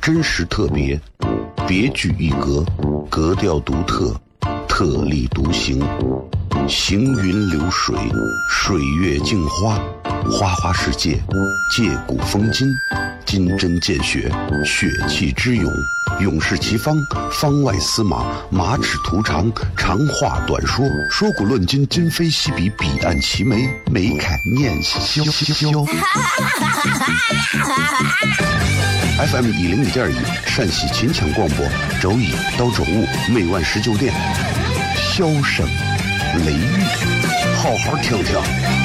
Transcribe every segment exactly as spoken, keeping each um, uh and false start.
真实特别，别具一格，格调独特，特立独行，行云流水，水月镜花，花花世界，借古风今，金针见血，血气之勇，勇士齐方，方外司马，马齿图长，长话短说，说古论今，今非昔比，彼岸齐眉，眉开念萧萧。F M 一零一点一，陕西秦腔广播，周一到周五每晚十九点，萧声雷雨，好好听听。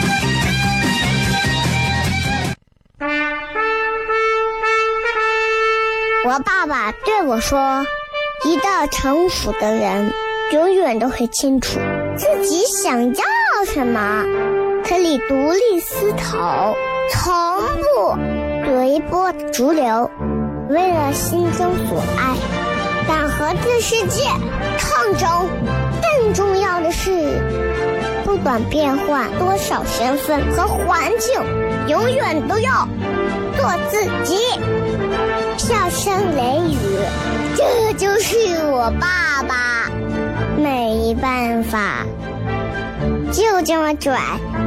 我爸爸对我说，一个成熟的人永远都会清楚自己想要什么，可以独立思考，从不随波逐流，为了心中所爱，敢和这世界抗争。更重要的是，不管变换多少身份和环境，永远都要做自己。笑声雷雨，这就是我爸爸，没办法，就这么拽。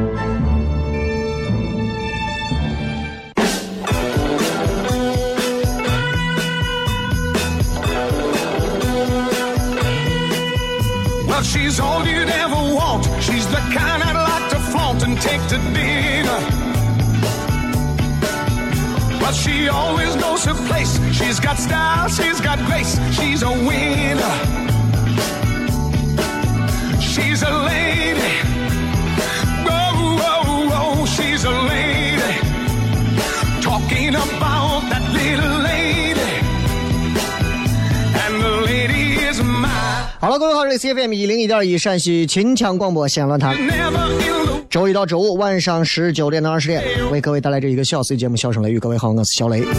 Well, she's all you'd ever want. She's the kind I'd like to flaunt and take to dinner. But she always knows her place. She's got style, she's got grace. She's a winner. She's a lady. Whoa, whoa, whoa, she's a lady. Talking about that little lady. And the lady is mine. 好了，各位好，这里是 C F M 一零一点一陕西秦腔广播西安论坛。周一到周五晚上十九点到二十点，为各位带来这一个小时节目《笑声雷雨》。各位好，我是小雷。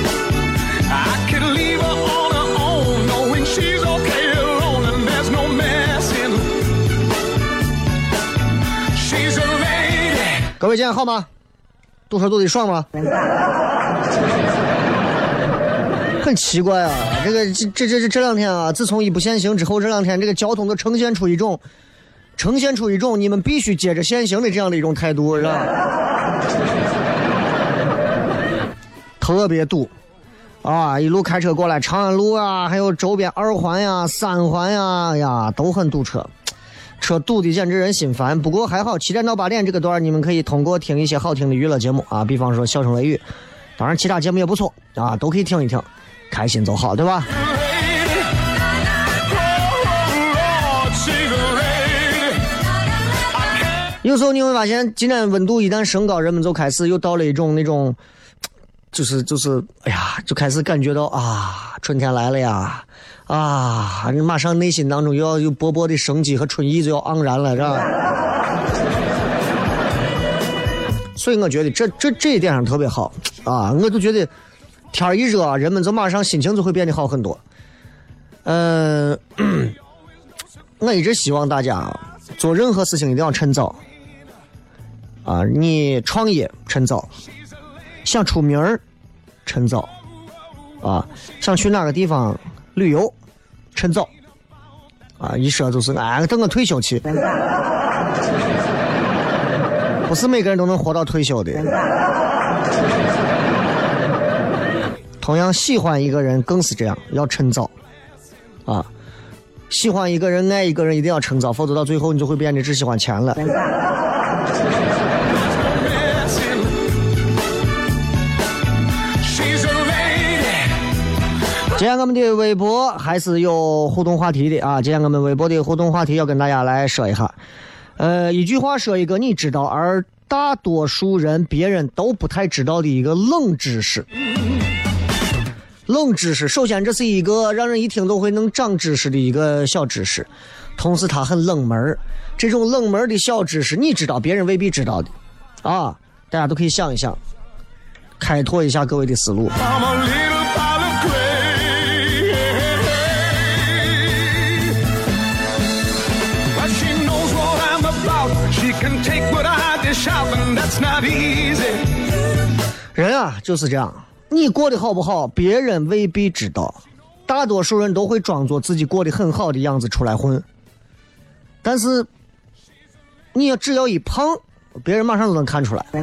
各位今天好吗？肚说肚里爽吗？很奇怪啊，这个这这这这两天啊，自从一部限行之后，这两天这个交通都呈现出一种呈现出一种你们必须接着限行的这样的一种态度，是吧？特别堵啊！一路开车过来，长安路啊，还有周边二环呀、三环呀呀，都很堵车，车堵的简直人心烦。不过还好，七点到八点这个段你们可以通过听一些好听的娱乐节目啊，比方说笑声雷雨，当然其他节目也不错啊，都可以听一听。开心就好，对吧？有时候你会发现，今天温度一旦升高，人们就开始又到了一种那种，就是就是，哎呀，就开始感觉到啊，春天来了呀，啊，马上内心当中又要有勃勃的生机和春意就要盎然了，是吧？所以我觉得这这这一点上特别好啊，我就觉得。天一热，人们就马上心情就会变得好很多。嗯、呃，我一直希望大家做任何事情一定要趁早啊！你创业趁早，想出名儿趁早啊！想去哪个地方旅游趁早啊！一说就是哎，等我退休去，不是每个人都能活到退休的。同样喜欢一个人更是这样，要趁早啊！喜欢一个人爱一个人一定要趁早，否则到最后你就会变得只喜欢钱了。今天我们的微博还是有互动话题的啊！今天我们微博的互动话题要跟大家来说一下，呃，一句话说一个你知道而大多数人别人都不太知道的一个冷知识。冷知识，首先这是一个让人一听都会能长知识的一个小知识，同时它很冷门。这种冷门的小知识，你知道别人未必知道的啊！大家都可以想一想，开拓一下各位的思路。人啊就是这样， 你过得好不好，别人未必知道，大多数人都会装作自己过得很好的样子出来混，但是你要只要一碰，别人马上都能看出来。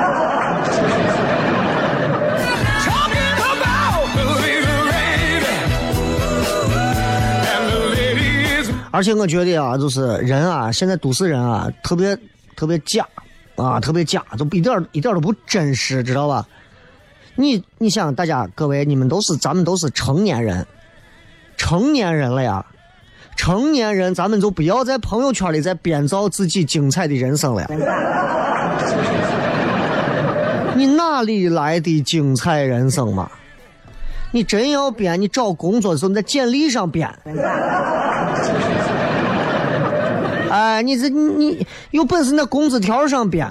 而且我觉得啊，就是人啊，现在都市人啊，特别特别假啊，特别假，都一点一点都不真实，知道吧？你你想，大家各位，你们都是咱们都是成年人，成年人了呀，成年人，咱们就不要在朋友圈里再编造自己精彩的人生了呀。你哪里来的精彩人生嘛？你真要编，你找工作的时候你在简历上编。哎，你这你有本事在工资条上编，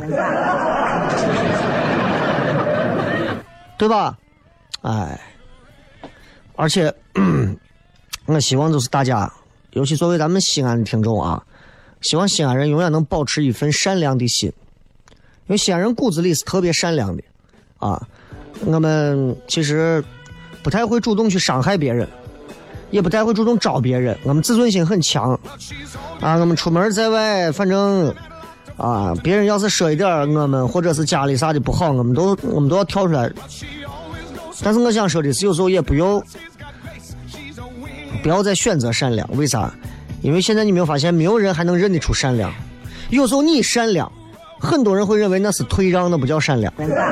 对吧？哎，而且我希望就是大家，尤其作为咱们西安的听众啊，希望西安人永远能保持一份善良的心，因为西安人骨子里是特别善良的啊。我们其实不太会主动去伤害别人，也不太会主动找别人，我们自尊心很强啊。我们出门在外，反正啊，别人要是说一点我们或者是家里啥的不好，我们都我们都要跳出来。但是我想说的是，有时候也不要不要再选择善良，为啥？因为现在你没有发现，没有人还能认得出善良。有时候你善良，很多人会认为那是退让，那不叫善良。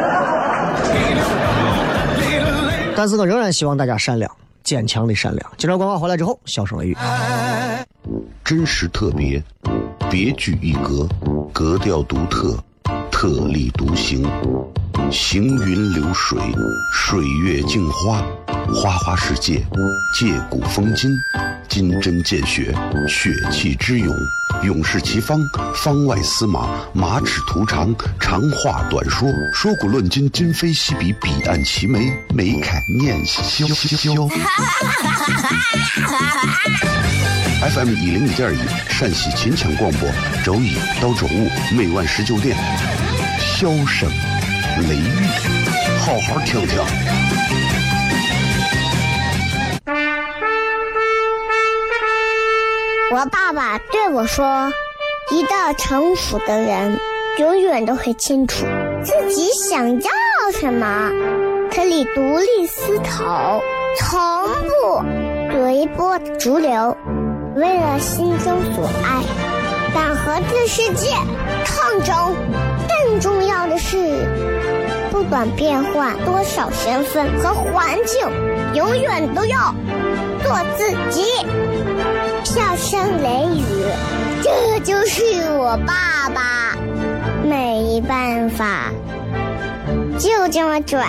但是我仍然希望大家善良，坚强的善良。接着广告回来之后，笑声雷雨， 真实特别，别具一格，格调独特，特立独行，行云流水，水月镜花，花花世界，借古风今，金针见血，血气之勇，勇士齐方，方外司马，马齿图长，长话短说，说古论今，今非昔比，彼岸齐眉，眉开念萧萧。F M 一零一点一陕西秦腔广播，周一到周五每晚十九点，笑声雷雨，好好听听。 我爸爸对我说，一个成熟的人永远都会清楚自己想要什么，可以独立思考，从不随波逐流，为了心中所爱，敢和这世界抗争。更重要的是，不管变换多少身份和环境，永远都要做自己。笑声雷雨，这就是我爸爸，没办法，就这么拽。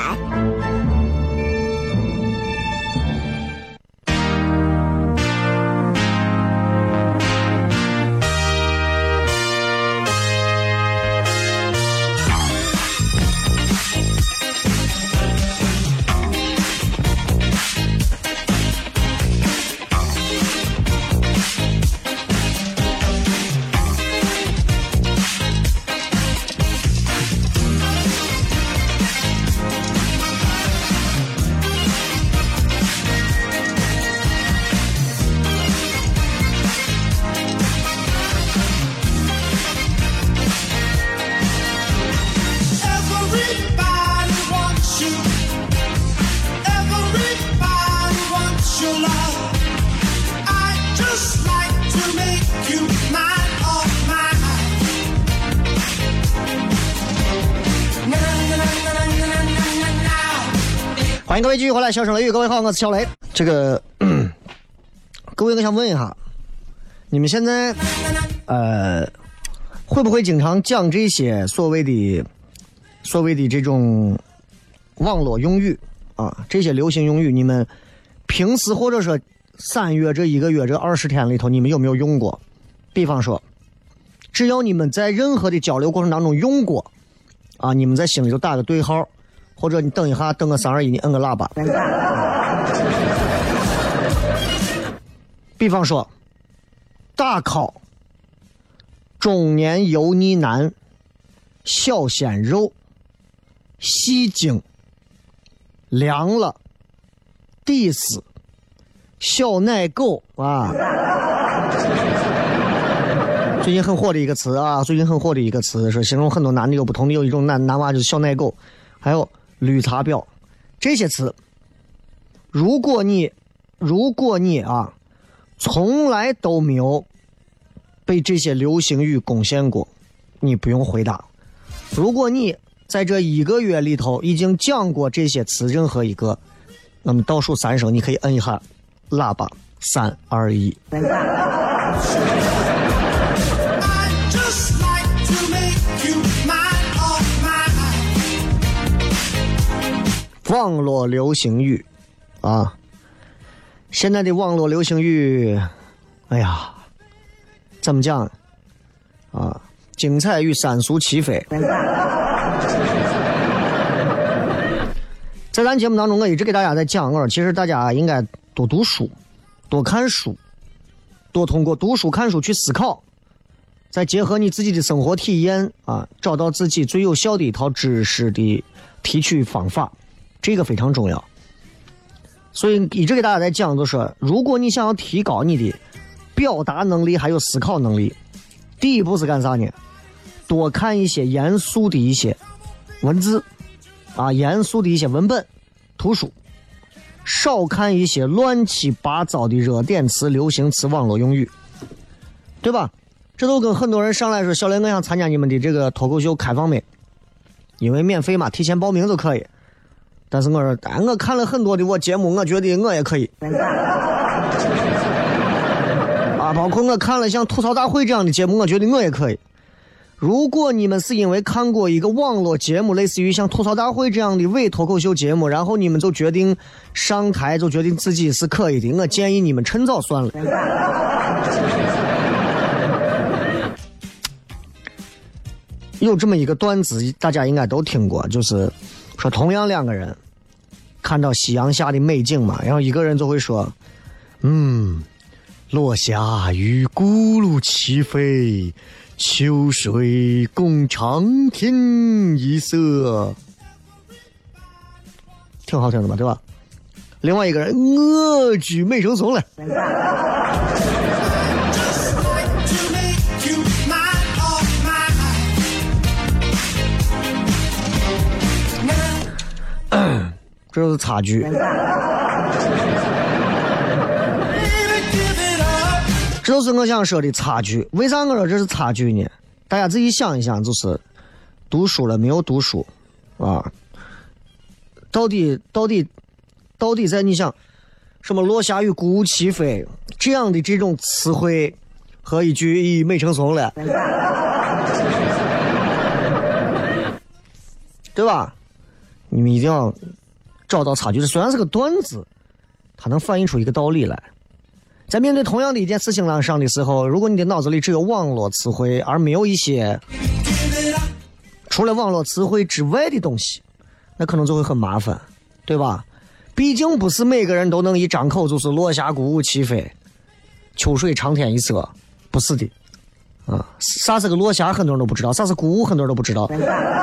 欢迎各位继续回来，笑声雷雨，各位好，我是小雷。这个，各位，我想问一下，你们现在呃会不会经常讲这些所谓的所谓的这种网络用语啊？这些流行用语，你们平时或者说三月这一个月这二十天里头，你们有没有用过？比方说，只要你们在任何的交流过程当中用过啊，你们在心里就打个对号。或者你等一下，等个三二一，你摁个喇叭。比方说，大烤、中年油腻男、小鲜肉、戏精、 凉了、diss、小奶狗啊，最近很火的一个词啊，最近很火的一个词是形容很多男的有不同的，有一种男男娃就是小奶狗，还有绿茶婊，这些词，如果你如果你啊从来都没有被这些流行语攻陷过，你不用回答。如果你在这一个月里头已经讲过这些词任何一个，那么倒数三声你可以摁一下喇叭，三二一。网络流行语啊，现在的网络流行语，哎呀，怎么讲啊？精彩与三俗齐飞。在咱节目当中，我一直给大家在讲，我说其实大家应该多读书，多看书，多通过读书看书去思考，再结合你自己的生活体验啊，找到自己最有效的一套知识的提取方法，这个非常重要。所以一直给大家在讲，就是如果你想要提高你的表达能力还有思考能力，第一步是干啥呢？多看一些严肃的一些文字啊，严肃的一些文本图书，少看一些乱七八糟的热点词、流行词、网络用语，对吧？这都跟很多人上来说，小雷我想参加你们的这个脱口秀开放没？因为免费嘛，提前报名就可以。但是我说，哎，我看了很多的我节目，我觉得我也可以。啊，包括我看了像吐槽大会这样的节目，我觉得我也可以。如果你们是因为看过一个网络节目，类似于像吐槽大会这样的伪脱口秀节目，然后你们就决定上台，就决定自己是可以的，我建议你们趁早算了。有这么一个段子，大家应该都听过，就是说同样两个人看到夕阳下的美景嘛，然后一个人就会说，嗯，落霞与咕噜齐飞，秋水共长天一色，挺好听的嘛，对吧？另外一个人，我去美成怂了。这就是差距。这都是我想说的差距。为啥我说这是差距呢？大家自己想一想，就是读书了没有读书啊？到底到底到底在你想什么落霞与孤鹜齐飞这样的这种词汇和一句一美成怂了，对吧？你们一定要找到差距。虽然是个段子，它能反映出一个道理来。在面对同样的一件事情上的时候，如果你的脑子里只有网络词汇，而没有一些除了网络词汇之外的东西，那可能就会很麻烦，对吧？毕竟不是每个人都能一张口就是落霞孤鹜齐飞，秋水长天一色，不是的啊。啥是个落霞很多人都不知道，啥是孤鹜很多人都不知道。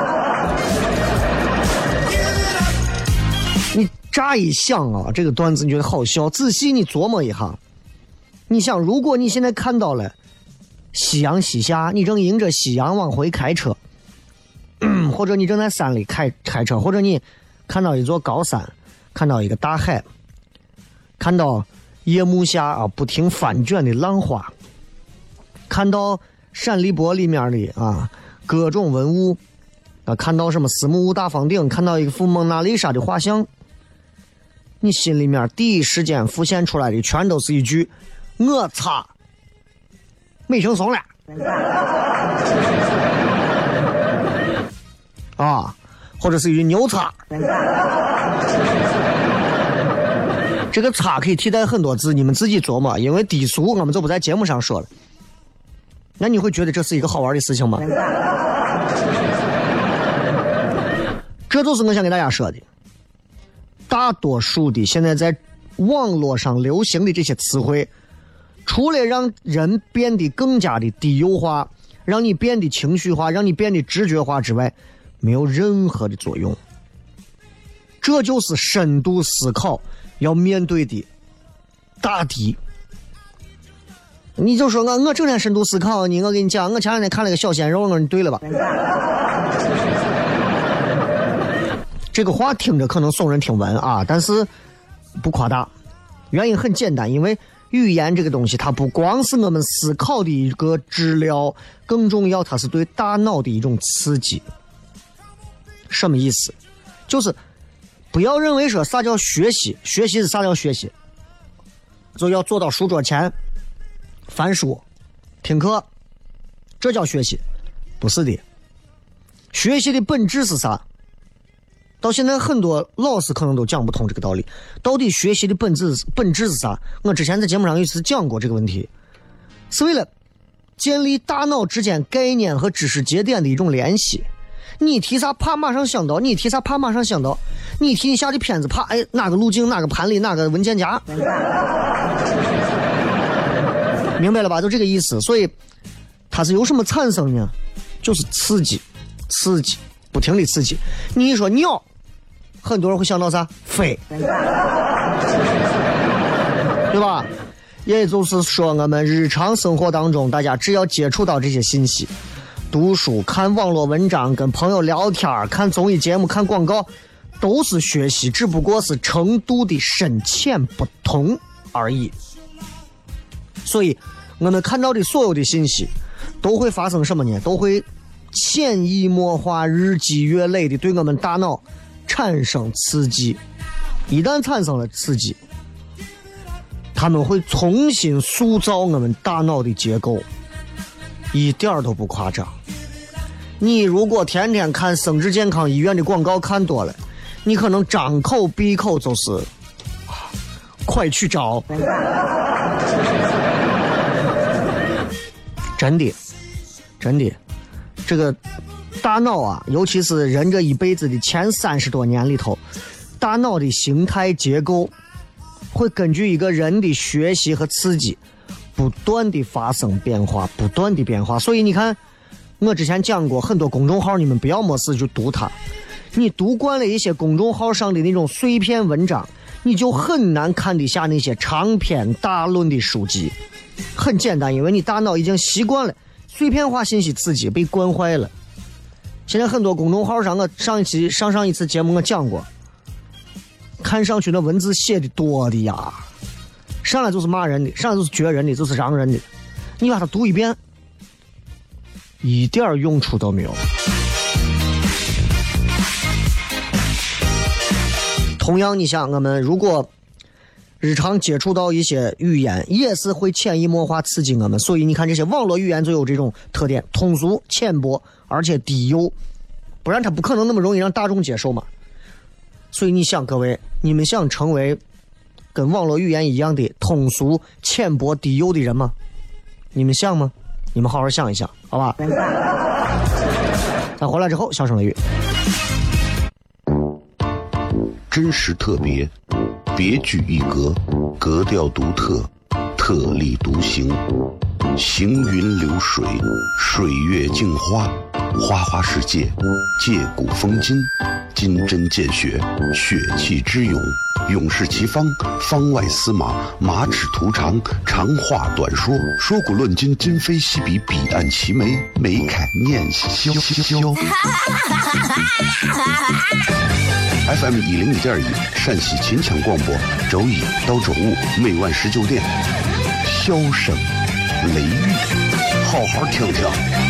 你乍一想啊，这个段子你觉得好笑，仔细你琢磨一下，你想，如果你现在看到了夕阳西下，你正迎着夕阳往回开车，或者你正在山里开开车，或者你看到一座高山，看到一个大海，看到夜幕下啊不停翻卷的浪花，看到陕历博里面的啊各种文物啊，看到什么司母戊大方鼎，看到一幅蒙娜丽莎的画像，你心里面第一时间浮现出来的全都是一句我擦美成怂了啊，或者是一句牛叉。这个叉可以替代很多字，你们自己琢磨，因为低俗我们就不在节目上说了。那你会觉得这是一个好玩的事情吗？这就是我想给大家说的，大多数的现在在网络上流行的这些词汇，除了让人变得更加的低幼化，让你变得情绪化，让你变得直觉化之外，没有任何的作用。 这就是深度思考要面对的大敌。你就说我我整天深度思考，你我跟你讲，我前两天看了个小鲜肉，我说你对了吧？这个话听着可能耸人听闻啊，但是不夸大。原因很简单，因为语言这个东西，它不光是我们思考的一个治疗，更重要，它是对大脑的一种刺激。什么意思？就是不要认为说啥叫学习，学习是啥叫学习，就要坐到书桌前翻书听课，这叫学习。不是的，学习的本质是啥？到现在很多老师可能都讲不通这个道理，到底学习的本质本质是啥？我之前在节目上有一次讲过这个问题，是为了建立大脑之间概念和知识节点的一种联系。你提啥怕马上想到，你提啥怕马上想到，你提你下的片子怕哎哪个路径哪个盘里哪个文件夹，明白了吧？就这个意思。所以它是由什么产生呢？就是刺激，刺激，不停的刺激。你一说鸟，很多人会想到啥？飞，对吧？也就是说，我们日常生活当中，大家只要接触到这些信息，读书、看网络文章、跟朋友聊天、看综艺节目、看广告，都是学习，只不过是程度的深浅不同而已。所以，我们看到的所有的信息，都会发生什么呢？都会潜移默化、日积月累的对我们大脑产生刺激。一旦产生了刺激，他们会重新塑造我们大脑的结构，一点都不夸张。你如果天天看生殖健康医院的广告看多了，你可能张口闭口就是快去找，真的真的这个大脑啊，尤其是人这一辈子的前三十多年里头，大脑的形态结构会根据一个人的学习和刺激不断的发生变化，不断的变化。所以你看，我之前讲过很多公众号，你们不要没事就读它。你读惯了一些公众号上的那种碎片文章，你就很难看得下那些长篇大论的书籍。很简单，因为你大脑已经习惯了碎片化信息刺激，被惯坏了。现在很多公众号上，我上一期上上一次节目我讲过，看上去那文字写的多的呀，上来就是骂人的，上来就是撅人的，就是让人的，你把它读一遍，一点用处都没有。同样你想，我们如果日常接触到一些语言，也是会潜移默化刺激我们。所以你看这些网络语言就有这种特点，通俗浅薄而且低幼，不然它不可能那么容易让大众接受嘛。所以你想，各位，你们想成为跟网络语言一样的通俗浅薄低幼的人吗？你们想吗？你们好好想一想，好吧？那回来之后，小声雷雨， 真实特别，别具一格，格调独特，特立独行，行云流水，水月镜花，花花世界，借古风今，金针见血，血气之勇，勇士其方，方外司马，马齿图长，长话短说，说古论今，今非昔比，彼岸齐眉，眉开念萧萧。F M 一零一点一陕西秦腔广播，周一到周五每晚十九点，笑声雷雨，好好听听。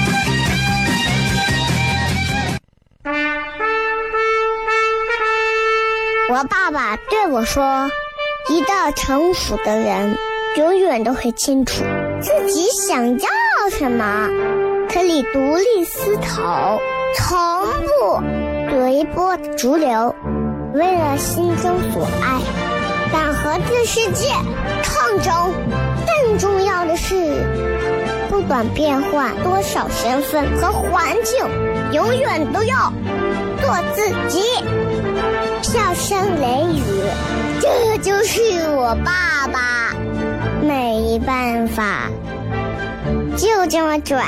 我爸爸对我说，一个成熟的人永远都会清楚自己想要什么，可以独立思考，从不随波逐流，为了心中所爱，敢和这世界抗争。更重要的是，不管变换多少身份和环境，永远都要做自己。笑声雷雨，这就是我爸爸，没办法，就这么拽。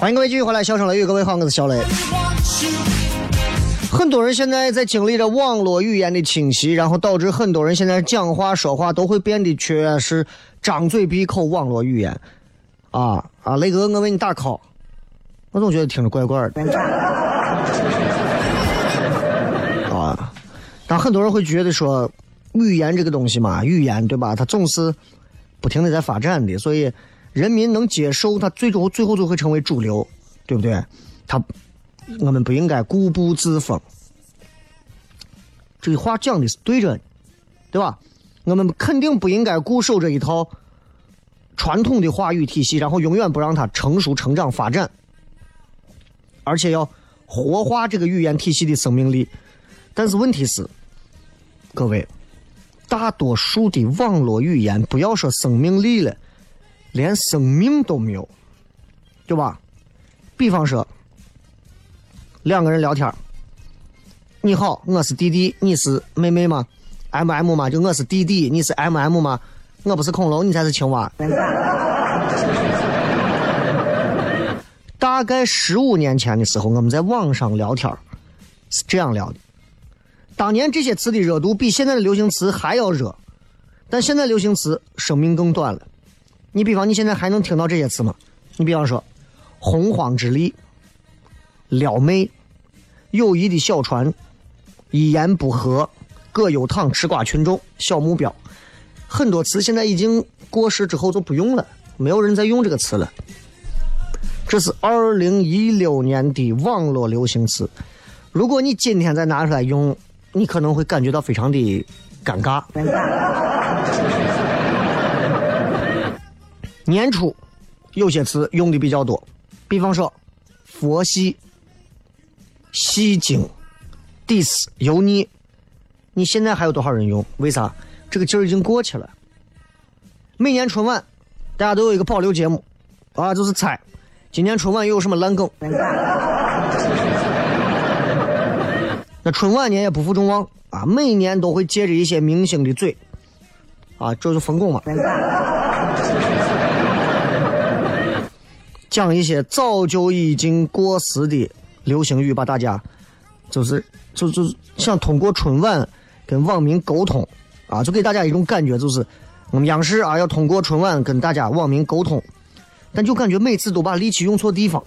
欢迎各位继续回来，笑声雷雨，各位好，我是小雷。很多人现在在经历着网络语言的侵袭，然后导致很多人现在讲话说话都会变得确实张嘴闭口网络语言。啊啊，雷哥，我为你打 call， 我总觉得听着怪怪的。啊，但很多人会觉得说，语言这个东西嘛，语言对吧？它总是不停的在发展的，所以人民能接受，它最终最后就会成为主流，对不对？它。我们不应该固步自封，这个话讲的是对着，对吧？我们肯定不应该固守这一套传统的话语体系，然后永远不让它成熟、成长、发展，而且要活化这个语言体系的生命力。但是问题是，各位，大多数的网络语言，不要说生命力了，连生命都没有，对吧？比方说。两个人聊天，你好，我是弟弟，你是妹妹吗 ？M M 吗？就我是弟弟，你是 M M 吗？我不是恐龙，你才是青蛙。大概十五年前的时候，我们在网上聊天是这样聊的。当年这些词的热度比现在的流行词还要热，但现在流行词生命更短了。你比方，你现在还能听到这些词吗？你比方说，洪荒之力。撩妹，友谊的小船，一言不合，葛优躺，吃瓜群众，小目标，很多词现在已经过时之后就不用了，没有人在用这个词了。这是二零一六年的网络流行词，如果你今天再拿出来用，你可能会感觉到非常的尴尬。年初有些词用的比较多，比方说佛系。戏精 diss 油腻，你现在还有多少人用？为啥？这个劲儿已经过去了。每年春晚大家都有一个保留节目啊，就是猜今年春晚又有什么烂梗。那春晚年也不负众望啊，每年都会借着一些明星的嘴啊，这就封供嘛，讲一些早就已经过时的流行语，把大家就是就就想通过春晚跟网民沟通啊，就给大家一种感觉，就是我们央视啊要通过春晚跟大家网民沟通，但就感觉每次都把力气用错地方。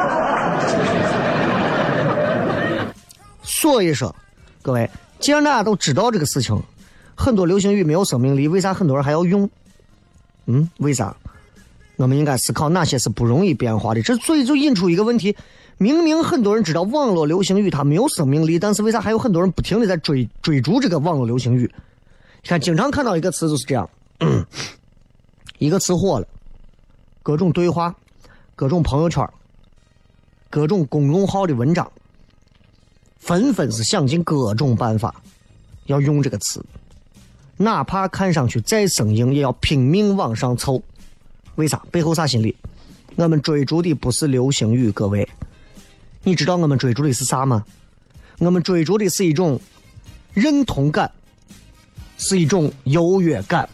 所以说，各位，既然大家都知道这个事情，很多流行语没有生命力，为啥很多人还要用？嗯，为啥？我们应该思考哪些是不容易变化的。这所以就引出一个问题。明明很多人知道网络流行语它没有生命力，但是为啥还有很多人不停地在追追逐这个网络流行语？你看，经常看到一个词就是这样，嗯、一个词火了，各种对话，各种朋友圈，各种公众号的文章，纷纷是想尽各种办法要用这个词，哪怕看上去再生硬，也要拼命往上凑。为啥？背后啥心理？我们追逐的不是流行语，各位。你知道我们追逐的是啥吗？我们追逐的是一种认同感，是一种优越感。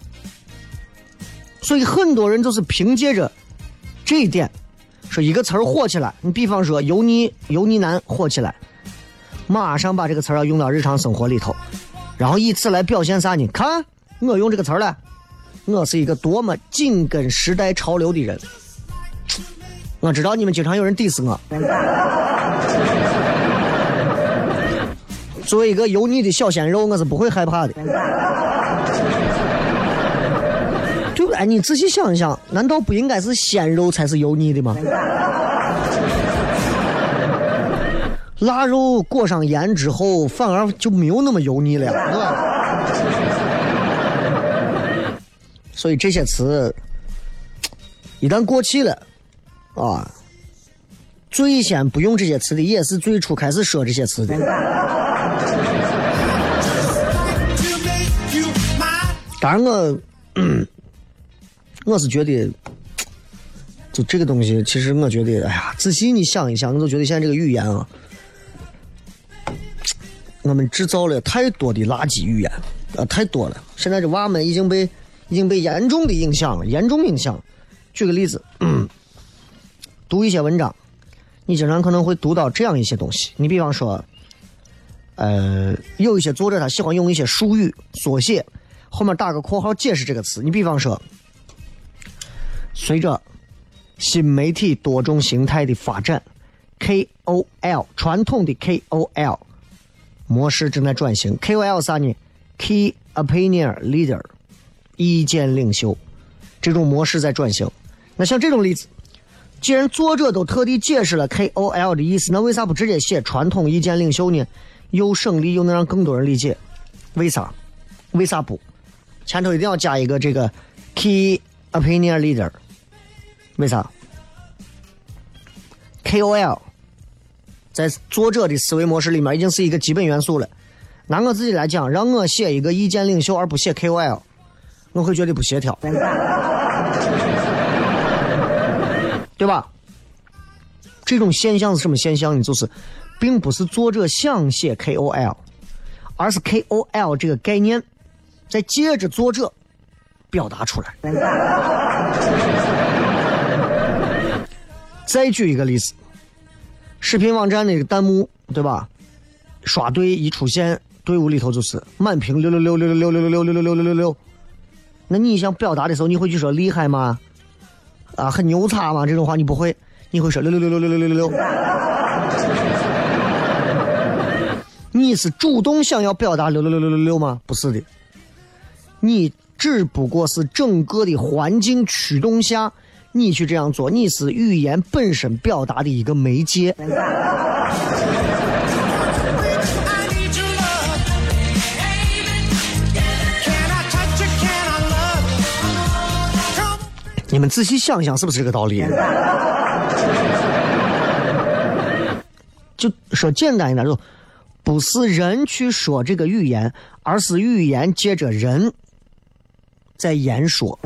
所以很多人就是凭借着这一点，说一个词儿火起来，你比方说油腻油腻男火起来，马上把这个词儿要用到日常生活里头，然后以此来表现啥呢？看我用这个词儿了，我是一个多么紧跟时代潮流的人。我知道你们经常有人 diss 我，作为一个油腻的小鲜肉，我是不会害怕的，对不对？你仔细想一想，难道不应该是鲜肉才是油腻的吗？腊肉裹上盐之后反而就没有那么油腻了，对吧？所以这些词一旦过气了啊，最先不用这些词的也是最初开始说这些词的。当然我嗯我是觉得就这个东西，其实我觉得哎呀，仔细你想一想，我就觉得现在这个语言啊，我们制造了太多的垃圾语言啊，太多了。现在这娃们已经被已经被严重的影响了，严重影响。举个例子，嗯， 读一些文章，你经常可能会读到这样一些东西。你比方说，呃，有一些作者他喜欢用一些术语缩写，后面打个括号解释这个词。你比方说，随着新媒体多种形态的发展 ，K O L 传统的 K O L 模式正在转型。K O L 啥呢 ？Key Opinion Leader 意见领袖，这种模式在转型。那像这种例子，既然作者都特地解释了 K O L 的意思，那为啥不直接写传统意见领袖呢？又省力又能让更多人理解，为啥？为啥不？前头一定要加一个这个 Key Opinion Leader， 为啥 ？K O L 在作者的思维模式里面已经是一个基本元素了。拿我自己来讲，让我写一个意见领袖而不写 K O L， 我会觉得不协调。对吧？这种现象是什么现象呢？就是并不是作者想写 K O L， 而是 K O L 这个概念在借着作者表达出来。再举一个例子，视频网站那个弹幕，对吧？刷队一出现，队伍里头就是满屏六六六六六六六六六六六六六六。那你想表达的时候，你会去说厉害吗？啊，很牛叉吗？这种话你不会，你会说六六六六六六六六六。你是主动想要表达六六六六六六吗？不是的，你只不过是整个的环境驱动下，你去这样做，你是语言本身表达的一个媒介。你们仔细想想，是不是这个道理？就说简单一点，就不是人去说这个语言，而是语言借着人在言说。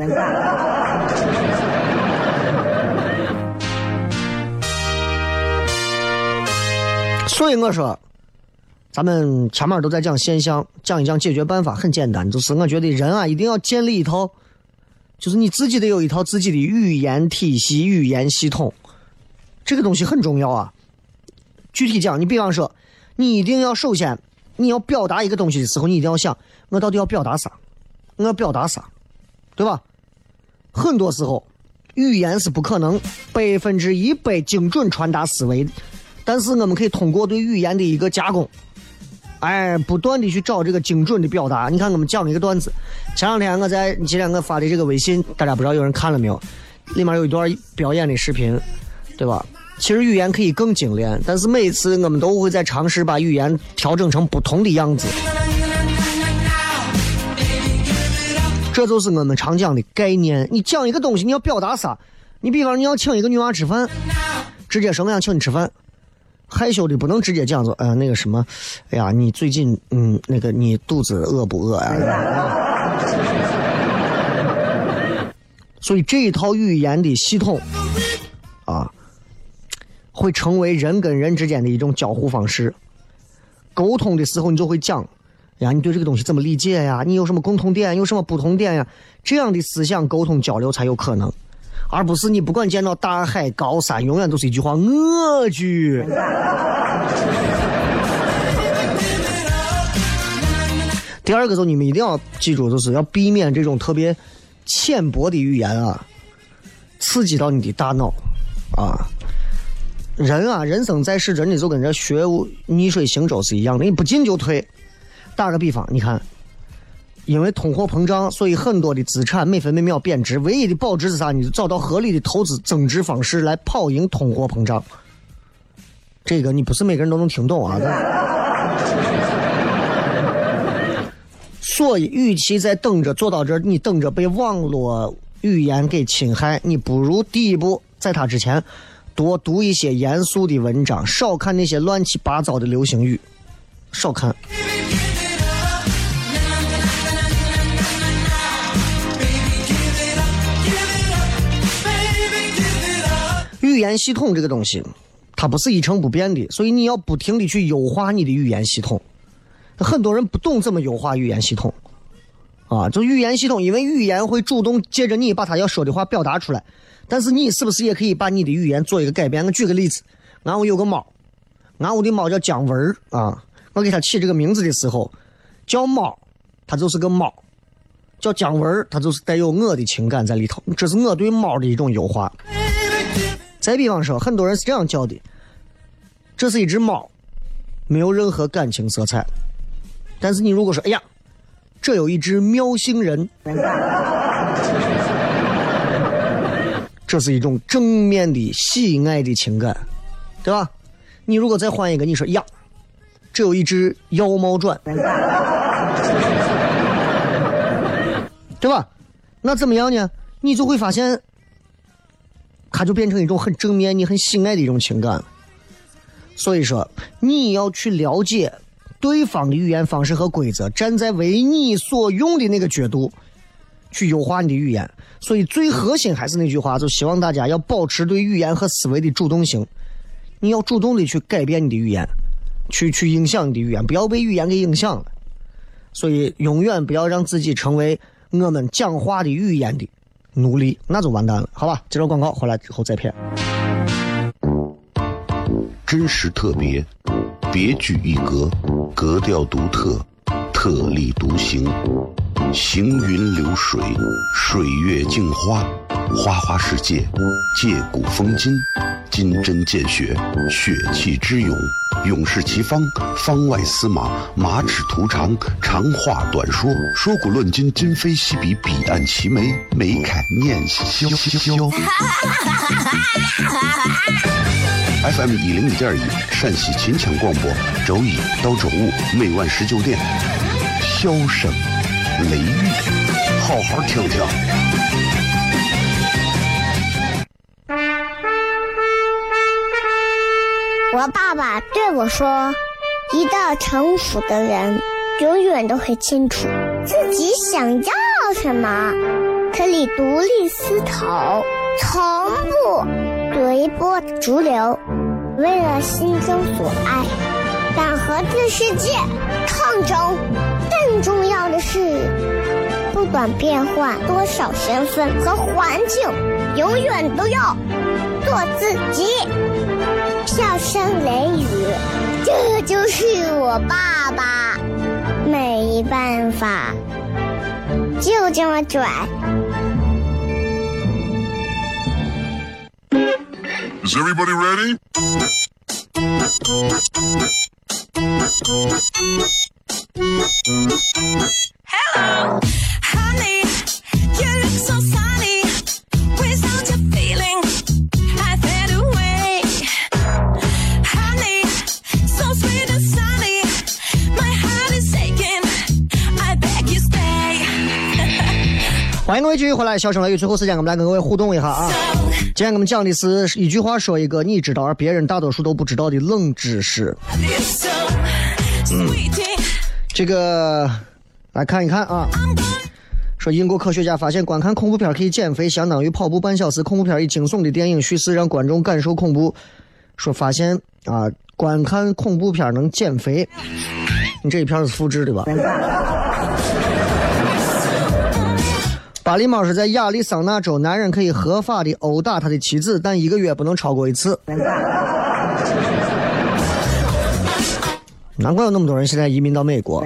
所以我说，咱们前面都在讲现象，讲一讲解决办法，很简单，就是我觉得人啊，一定要建立一套。就是你自己得有一套自己的语言体系、语言系统，这个东西很重要啊。具体讲，你比方说，你一定要首先，你要表达一个东西的时候，你一定要想，我到底要表达啥？我要表达啥？对吧？很多时候，语言是不可能百分之一百精准传达思维的，但是我们可以通过对语言的一个加工。哎，不断的去找这个精准的表达。你看我们讲了一个段子，前两天我在前两个发的这个微信，大家不知道有人看了没有？里面有一段表演的视频，对吧？其实语言可以更精炼，但是每次我们都会在尝试把语言调整成不同的样子。这就是我们常讲的概念。你讲一个东西，你要表达啥？你比方你要请一个女娃吃饭，直接说我想请你吃饭。害羞的不能直接讲说，呃，那个什么，哎呀，你最近，嗯，那个你肚子饿不饿呀？所以这一套语言的系统，啊，会成为人跟人之间的一种交互方式。沟通的时候，你就会讲，呀，你对这个东西怎么理解呀？你有什么共同点，有什么不同点呀？这样的思想沟通交流才有可能。而不是你不管见到大海高山，永远都是一句话我去。第二个就是你们一定要记住，就是要避免这种特别浅薄的语言啊，刺激到你的大脑啊。人啊，人生在世真的就跟这学逆水行舟是一样的，你不进就退。打个比方，你看。因为通货膨胀，所以很多的资产每分每秒贬值，唯一的保值是啥？你就找到合理的投资增值方式来跑赢通货膨胀。这个你不是每个人都能听懂啊。所以与其在等着做到这儿，你等着被网络语言给侵害，你不如第一步在它之前多读一些严肃的文章，少看那些乱七八糟的流行语，少看。语言系统这个东西它不是一成不变的，所以你要不停地去优化你的语言系统。很多人不懂怎么优化语言系统啊，就语言系统，因为语言会主动借着你把他要说的话表达出来，但是你是不是也可以把你的语言做一个改变？我举个例子，俺屋有个猫，俺屋的猫叫姜文啊，我给它起这个名字的时候，叫猫，它就是个猫；叫姜文，它就是带有我的情感在里头，这是我对猫的一种优化。再比方说，很多人是这样叫的，这是一只猫，没有任何感情色彩，但是你如果说，哎呀，这有一只喵星人，这是一种正面的喜爱的情感，对吧？你如果再换一个，你说呀，这有一只妖猫传，对吧？那怎么样呢？你就会发现它就变成一种很正面你很喜爱的一种情感。所以说你要去了解对方的语言方式和规则，站在为你所用的那个角度去优化你的语言。所以最核心还是那句话，就希望大家要保持对语言和思维的主动性，你要主动的去改变你的语言，去去影响你的语言，不要被语言给影响了。所以永远不要让自己成为我们讲话的语言的奴隶，那就完蛋了。好吧，接着广告回来之后再骗。 真实特别，别具一格，格调独特，特立独行，行云流水，水月镜花，花花世界，借古风今，金针见血，血气之勇，勇士其方，方外司马，马齿图长，长话短说，说古论今，今非昔比，彼岸齐眉，眉开眼笑。F M 一零一点一，陕西秦腔广播，周一到周五每晚十九点，笑声雷雨，好好听听。 我爸爸对我说，一个成熟的人永远都会清楚自己想要什么，可以独立思考，从不随波逐流，为了心中所爱，敢和这世界抗争。更重要的是，不管变换多少身份和环境，永远都要做自己。笑声雷雨，这就是我爸爸，没办法，就这么拽。 Is everybody ready? Hello, honey, you look so sunny. Without your feeling, I fade away. Honey, so sweet and sunny. My heart is aching. I beg you stay. 欢迎各位继续回来，笑声雷雨，最后时间我们来跟各位互动一下啊。今天我们讲的是一句话说一个你知道而别人大多数都不知道的冷知识。嗯，这个来看一看啊。说英国科学家发现，观看恐怖片可以减肥，相当于跑步半小时。恐怖片以惊悚的电影叙事让观众感受恐怖。说发现啊，观看恐怖片能减肥。你这一片是复制的吧？巴黎猫是在亚利桑那州，男人可以合法的殴打他的妻子，但一个月不能超过一次。难怪有那么多人现在移民到美国。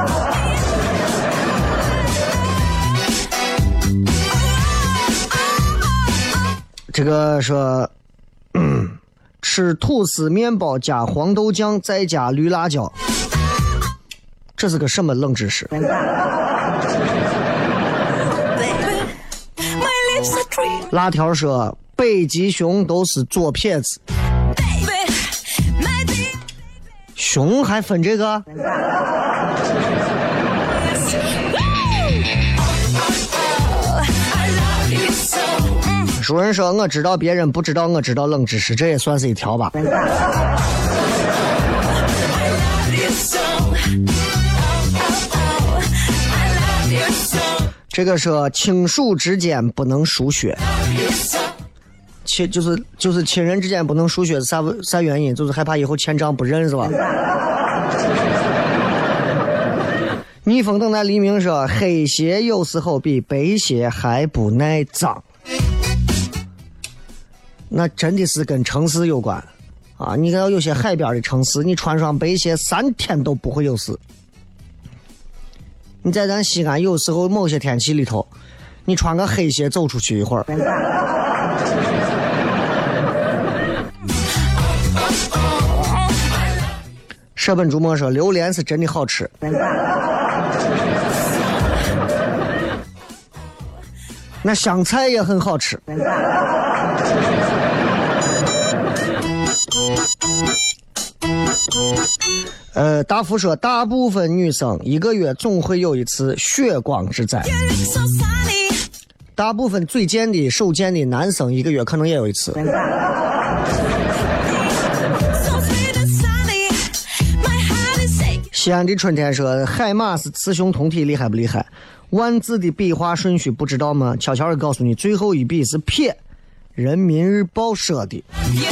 这个说，嗯，吃吐司面包加黄豆酱再加绿辣椒，这是个什么冷知识？辣条说北极熊都是左撇子，熊还分这个？熟人说我知道别人不知道我知道冷知识，这也算是一条吧。这个说亲属之间不能输血，亲就是就是亲人之间不能输血，啥啥原因？就是害怕以后欠账不认是吧？ 逆风等待黎明说，黑鞋有时候比白鞋还不耐脏。那真的是跟城市有关啊！你看有些海边的城市，你穿上白鞋三天都不会有事。你在咱西安有时候某些天气里头，你穿个黑鞋走出去一会儿，舍本逐末说榴莲是真的好吃。那香菜也很好吃。呃，大福说，大部分女生一个月总会有一次血光之灾。大部分嘴贱的、手贱的男生一个月可能也有一次。西安的春天说，海马是雌雄同体，厉害不厉害？万字的笔画顺序不知道吗？悄悄的告诉你，最后一笔是撇，人民日报说的。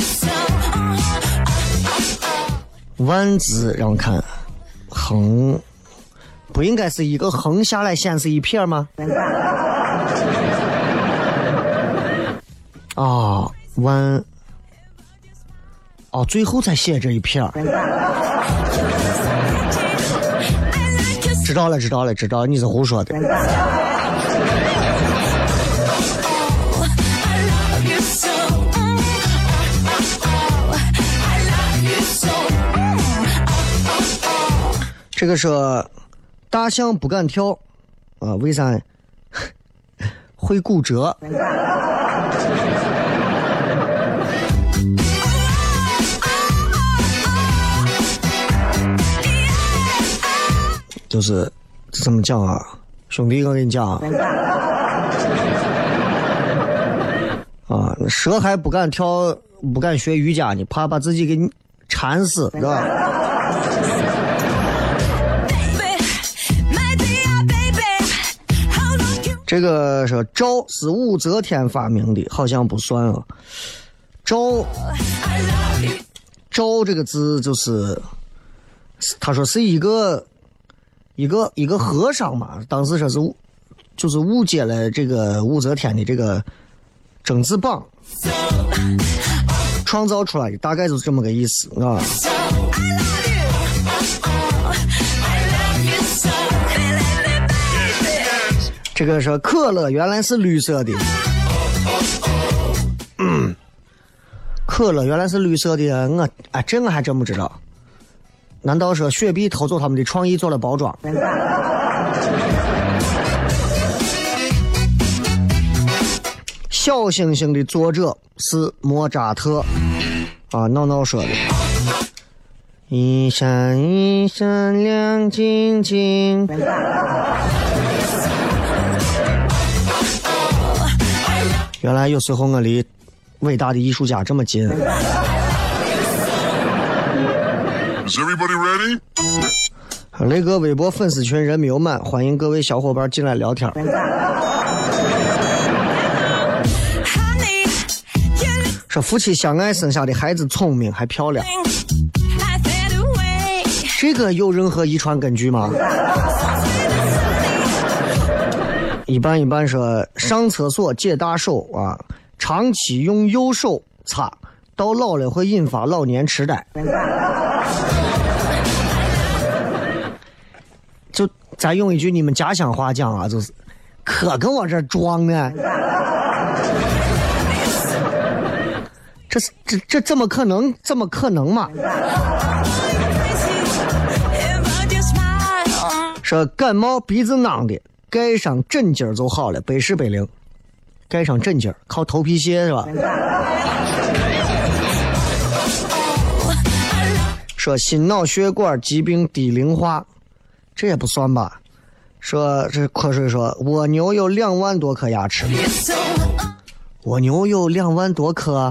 万字让我看，横不应该是一个横下来显示一撇吗？啊、哦，万哦，最后才写这一撇。知道了，知道了，知道了，你是胡说的。这个说大象不敢跳啊、呃，为啥？会骨折。就是怎么讲啊，兄弟，我跟你讲啊，啊，蛇还不敢跳，不敢学瑜伽呢，怕把自己给缠死，是吧？这个是赵是武则天发明的，好像不算啊。赵赵这个字就是，他说是一个一个一个和尚嘛，当时说是就是误解了这个武则天的这个政治榜，创造出来的，大概就是这么个意思啊。这个是可乐原来是绿色的，嗯，可乐原来是绿色的，我哎，这个还真不知道。难道说雪碧偷走他们的创意做了包装？小星星的作者是莫扎特啊，闹闹说的。一闪一闪亮晶晶。原来有时候我离伟大的艺术家这么近。 Is everybody ready? 雷哥微博粉丝群人没有满，欢迎各位小伙伴进来聊天。说夫妻相爱生下的孩子聪明还漂亮，这个有任何遗传根据吗？一般一般说上厕所解大手啊，长期用右手擦，到老了会引发老年痴呆。就再用一句你们家乡话讲啊，就是可跟我这装呢。这是这这怎么可能？怎么可能嘛？说感冒鼻子囔的，盖上枕巾就好了，百试百灵。盖上枕巾靠头皮屑是吧？说心脑血管疾病低龄化，这也不算吧？说这瞌睡说蜗牛有两万多颗牙齿，蜗牛有两万多颗。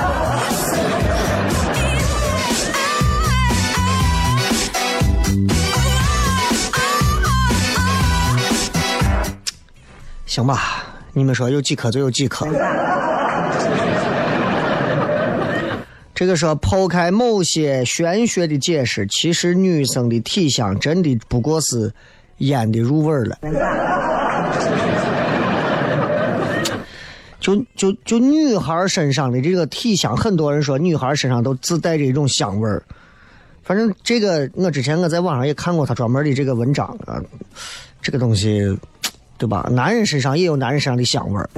行吧，你们说有几颗就有几颗。这个说抛开某些玄学的解释，其实女生的体香真的不过是腌的入味了。就就就女孩身上的这个体香，很多人说女孩身上都自带着一种香味儿。反正这个我之前我在网上也看过他专门的这个文章啊，这个东西，对吧？男人身上也有男人身上的香味儿。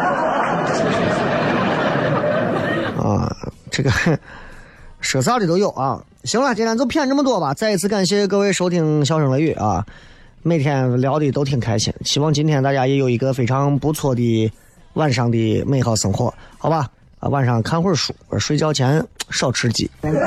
啊，这个说啥的都有啊。行了，今天就骗这么多吧。再一次感谢各位收听笑声雷雨啊，每天聊的都挺开心，希望今天大家也有一个非常不错的晚上的美好生活，好吧？啊，晚上看会儿书，睡觉前少吃鸡。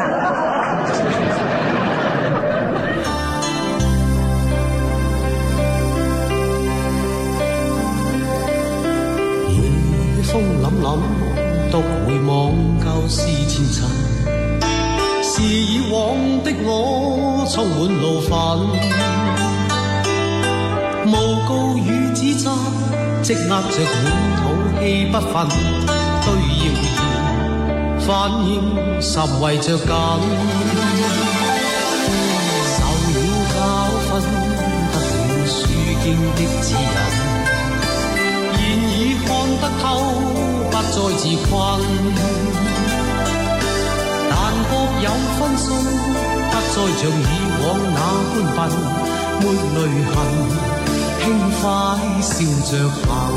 夜風凜凜，獨回望舊事前塵，是以往的我充滿怒憤，誣告與指責，積壓着滿肚氣不忿，對謠言反應甚為着緊，受了教訓，得了書經的指引。看得透，不再自困，但各有分數，不再像以往那般笨，沒淚痕，輕快笑着行。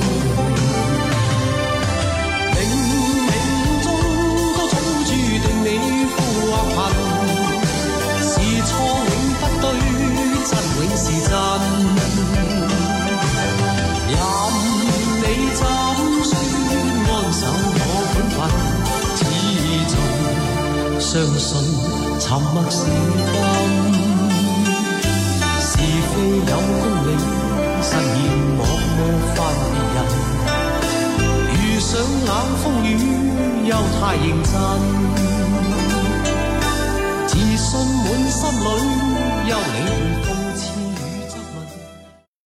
冥冥中都早注定你富或貧，是錯永不對，真永是真。你怎算安守我本分？始終相信沉默是金，是非有公理，實現我模範別人。遇上冷風雨，又太認真，自信滿心裏，休理。